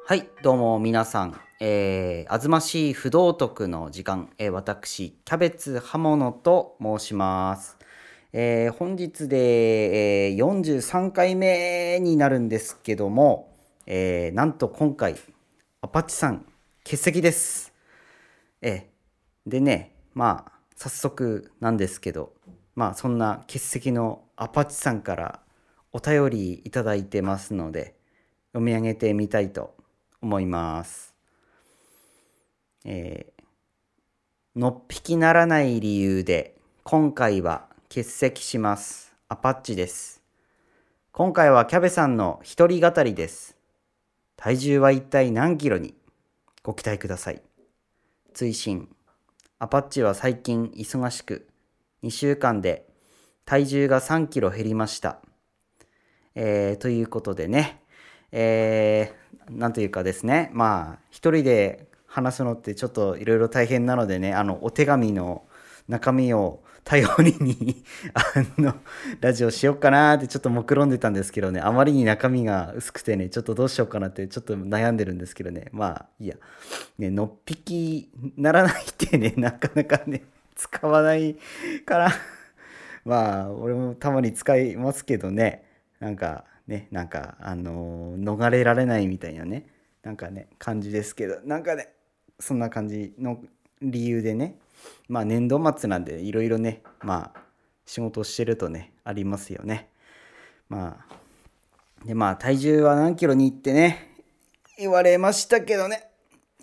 はい、どうも皆さん、あずましい不道徳の時間、私、キャベツ刃物と申します。本日で、43回目になるんですけども、なんと今回、アパッチさん、欠席です。でね、早速なんですけど、そんな欠席のアパッチさんからお便りいただいてますので、読み上げてみたいと思います。のっぴきならない理由で今回は欠席します。アパッチです。今回はキャベさんの一人語りです。体重は一体何キロにご期待ください。追伸アパッチは最近忙しく2週間で体重が3キロ減りました。ということでね、なんというかですね、一人で話すのってちょっといろいろ大変なのでね、お手紙の中身を頼りにの、ラジオしようかなってちょっと目論んでたんですけどね、あまりに中身が薄くてね、ちょっとどうしようかなってちょっと悩んでるんですけどね、いいや、ね、のっぴきならないってね、なかなかね、使わないから俺もたまに使いますけどね、逃れられないみたいなね、感じですけど、そんな感じの理由でね、年度末なんでいろいろね、仕事をしてるとね、ありますよね。体重は何キロにってね、言われましたけどね、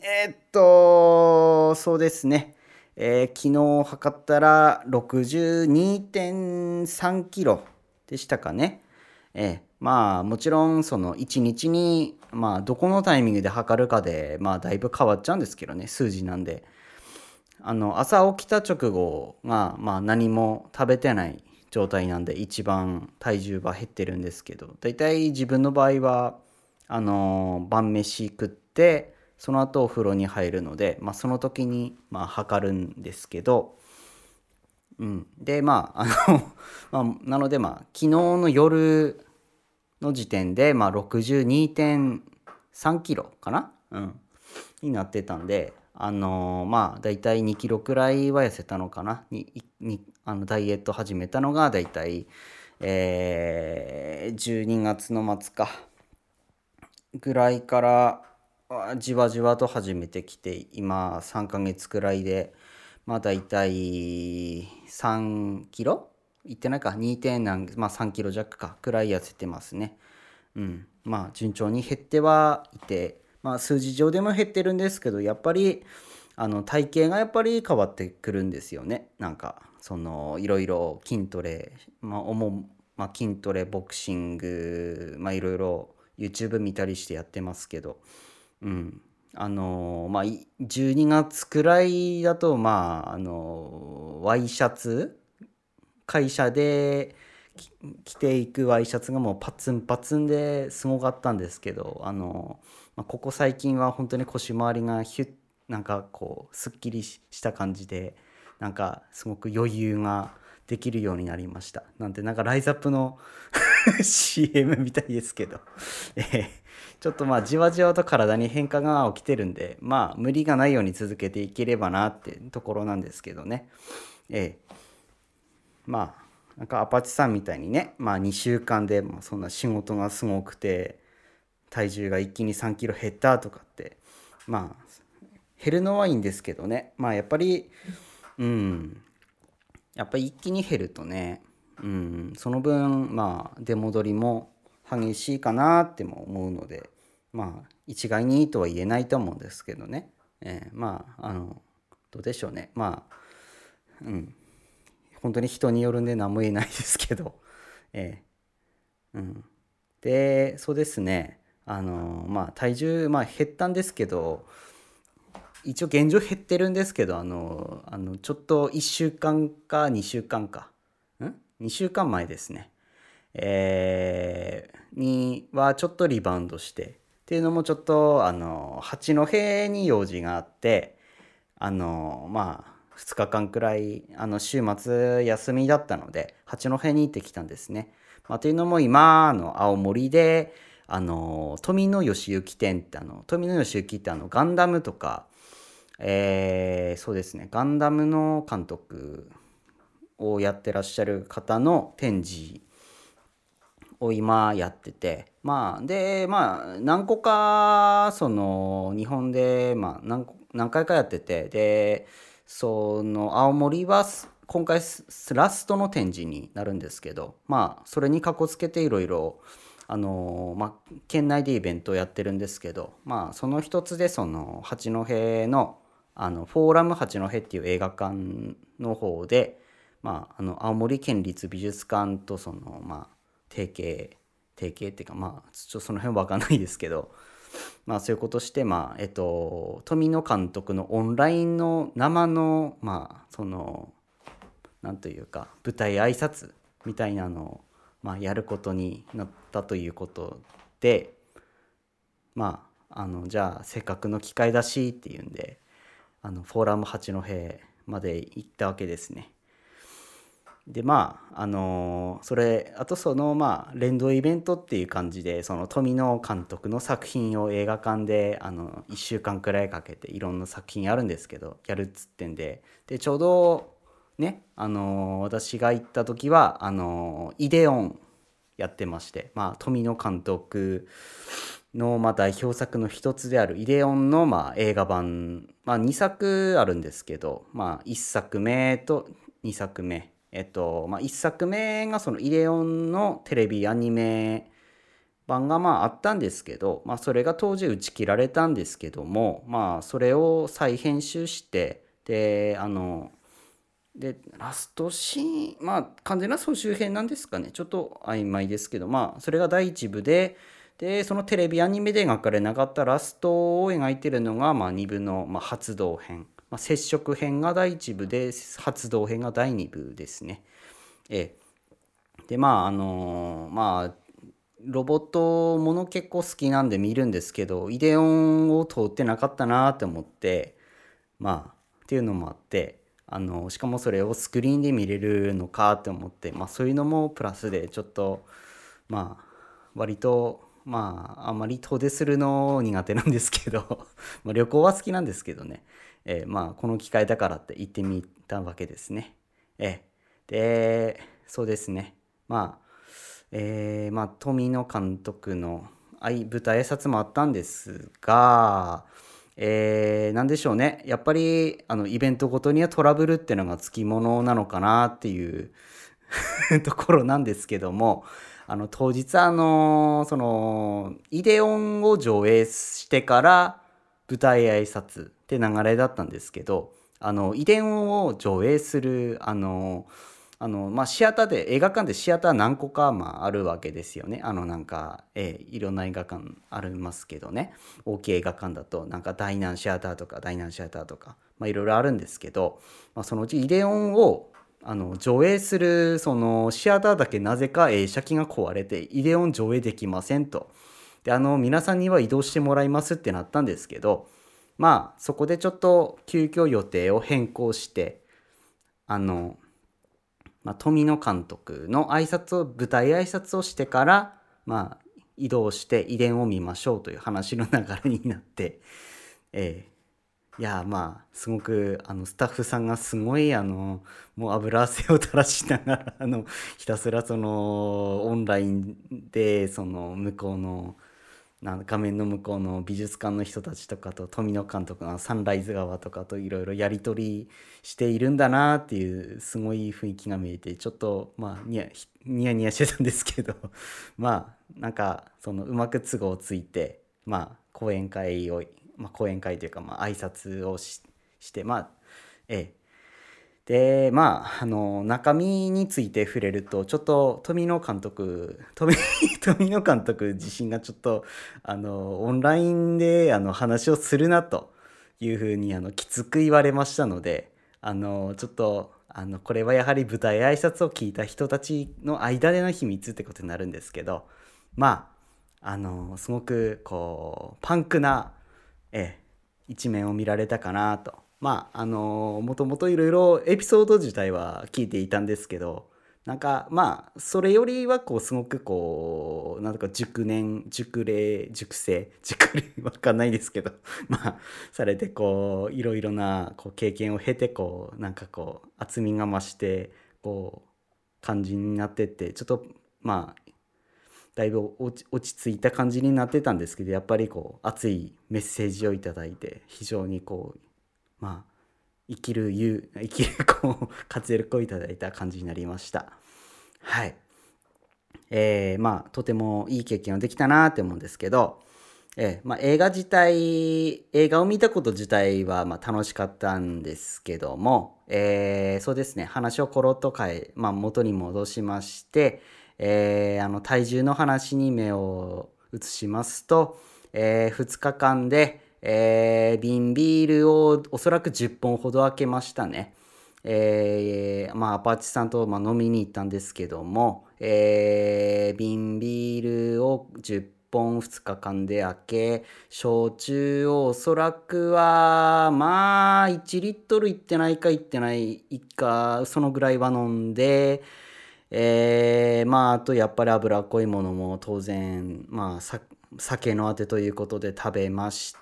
そうですね。昨日測ったら62.3キロでしたかね。もちろんその1日にどこのタイミングで測るかでだいぶ変わっちゃうんですけどね、数字なんで。朝起きた直後が何も食べてない状態なんで一番体重は減ってるんですけど、だいたい自分の場合は晩飯食ってその後お風呂に入るので、その時に測るんですけど、でなので昨日の夜の時点で62.3キロかな、になってたんで、だいたい2キロくらいは痩せたのかなにダイエット始めたのがだいたい12月の末かぐらいからじわじわと始めてきて、今3ヶ月くらいでだいたい3キロいってないか、2. 点3キロ弱かくらい痩せてますね。順調に減ってはいて、数字上でも減ってるんですけど、やっぱり体型がやっぱり変わってくるんですよね。そのいろいろ筋トレ、筋トレボクシングいろいろ YouTube 見たりしてやってますけど、12月くらいだとワイシャツ、会社で着ていくワイシャツがもうパツンパツンですごかったんですけど、ここ最近は本当に腰回りがヒュッ、すっきりした感じで、すごく余裕ができるようになりました。ライザップのCM みたいですけどちょっとじわじわと体に変化が起きてるんで、無理がないように続けていければなってところなんですけどね。アパッチさんみたいにね、2週間でもそんな仕事がすごくて体重が一気に3キロ減ったとかって減るのはいいんですけどね、やっぱり一気に減るとね、その分出戻りも激しいかなっても思うので、一概にいいとは言えないと思うんですけどね、どうでしょうね。本当に人によるんで何も言えないですけど、でそうですね、体重減ったんですけど、一応現状減ってるんですけど、ちょっと1週間か2週間か2週間前ですね、にはちょっとリバウンドして、っていうのもちょっと八戸に用事があって、2日間くらい週末休みだったので八戸に行ってきたんですね。というのも今青森で富野義行展って富野義行ってガンダムとか、そうですね、ガンダムの監督をやってらっしゃる方の展示を今やってて、何個か日本で何回かやってて、で青森は今回ラストの展示になるんですけど、それにかこつけていろいろ県内でイベントをやってるんですけど、その一つで八戸のフォーラム八戸っていう映画館の方で、青森県立美術館と提携っていうか、ちょっとその辺わかんないですけど、そういうことして、富野監督のオンラインの生のなんというか舞台挨拶みたいなのを、やることになったということで、じゃあせっかくの機会だしっていうんでフォーラム八戸まで行ったわけですね。でそれあと連動イベントっていう感じで富野監督の作品を映画館で1週間くらいかけていろんな作品あるんですけどやるっつってんで、ちょうどね私が行った時はイデオンやってまして、富野監督の代表作の一つであるイデオンの映画版、2作あるんですけど、1作目と2作目、1作目がそのイデオンのテレビアニメ版があったんですけど、それが当時打ち切られたんですけども、それを再編集してでラストシーン完全な総集編なんですかね、ちょっと曖昧ですけどそれが第一部でそのテレビアニメで描かれなかったラストを描いてるのが2部の発動編、接触編が第一部で発動編が第二部ですね。でロボットもの結構好きなんで見るんですけどイデオンを通ってなかったなって思ってっていうのもあってしかもそれをスクリーンで見れるのかって思って、そういうのもプラスでちょっと割とあんまり遠出するの苦手なんですけど旅行は好きなんですけどね、この機会だからって行ってみたわけですね。でそうですね富野監督の舞台挨拶もあったんですが、なんでしょうね、やっぱりイベントごとにはトラブルっていうのがつきものなのかなっていうところなんですけども、当日イデオンを上映してから舞台挨拶って流れだったんですけど、イデオンを上映するシアターで映画館でシアター何個かあるわけですよね。いろんな映画館ありますけどね、大きい映画館だと大南シアターとか大南シアターとかいろいろあるんですけど、そのうちイデオンを上映するそのシアターだけなぜか映写機が壊れてイデオン上映できませんと。で皆さんには移動してもらいますってなったんですけど、そこでちょっと急遽予定を変更して富野監督の舞台挨拶をしてから移動して遺伝を見ましょうという話の流れになって、いやすごくスタッフさんがすごいもう油汗を垂らしながらひたすらオンラインで向こうの画面の向こうの美術館の人たちとかと富野監督のサンライズ側とかといろいろやり取りしているんだなっていうすごい雰囲気が見えて、ちょっとニヤニヤしてたんですけどうまく都合ついて講演会というか挨拶をしてで中身について触れるとちょっと富野監督自身がちょっとオンラインで話をするなというふうにきつく言われましたので、ちょっとこれはやはり舞台挨拶を聞いた人たちの間での秘密ってことになるんですけど、すごくパンクな、一面を見られたかなと。もともといろいろエピソード自体は聞いていたんですけど、 なんかまあそれよりはこうすごくこうなんとか熟成わかんないですけどまあされてこういろいろなこう経験を経てこうなんかこう厚みが増してこう感じになってって、ちょっとまあだいぶ落ち着いた感じになってたんですけど、やっぱりこう熱いメッセージをいただいて、非常にこうまあ生きるこう活力をいただいた感じになりました。はい。まあとてもいい経験ができたなって思うんですけど、まあ、映画を見たこと自体はまあ楽しかったんですけども、そうですね、話をコロッとまあ、元に戻しまして、体重の話に目を移しますと、2日間で、瓶ビールをおそらく10本ほど開けましたね。まあ、アパッチさんとまあ飲みに行ったんですけども、瓶ビールを10本2日間で開け、焼酎をおそらくはまあ1リットルいってないかいってないかそのぐらいは飲んで、まああとやっぱり脂っこいものも当然まあ酒のあてということで食べました。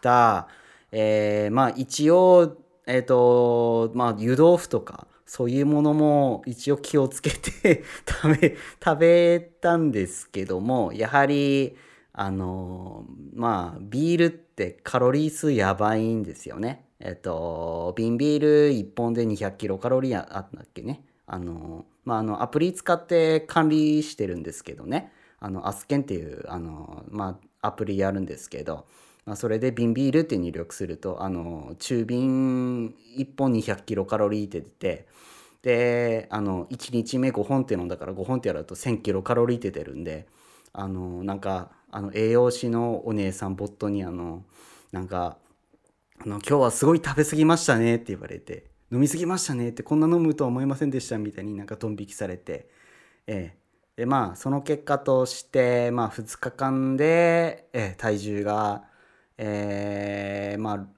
まあ一応まあ湯豆腐とかそういうものも一応気をつけて食べたんですけども、やはりまあビールってカロリー数やばいんですよね。瓶ビール1本で200キロカロリーあったっけね。まあアプリ使って管理してるんですけどね。アスケンっていうまあアプリあるんですけど、まあ、それで瓶ビールって入力すると中瓶1本200キロカロリーって出て、で1日目5本って飲んだから5本ってやると1000キロカロリーって出るんで、なんか栄養士のお姉さんボットになんか今日はすごい食べ過ぎましたねって言われて、飲み過ぎましたねって、こんな飲むとは思いませんでしたみたいになんかドン引きされて、でまあその結果としてまあ2日間で、体重が、まあ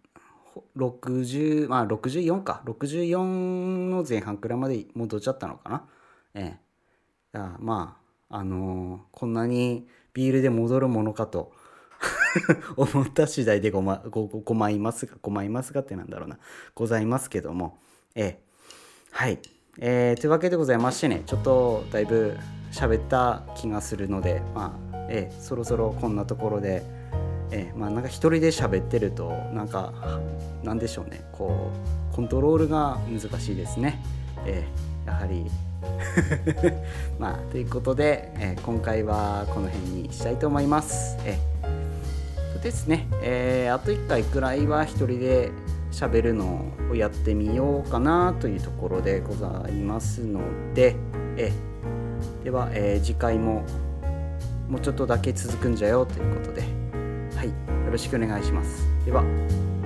60まあ64か64の前半くらいまで戻っちゃったのかな。まあこんなにビールで戻るものかと思った次第でごまいますがってなんだろうな、ございますけども、はい、というわけでございましてね、ちょっとだいぶ喋った気がするので、まあそろそろこんなところで、まあなんか一人で喋ってるとなんでしょうね、こうコントロールが難しいですね。やはりまあということで、今回はこの辺にしたいと思います。ですね、あと1回くらいは一人で喋るのをやってみようかなというところでございますので、では、次回ももうちょっとだけ続くんじゃよということで、はい、よろしくお願いします。では。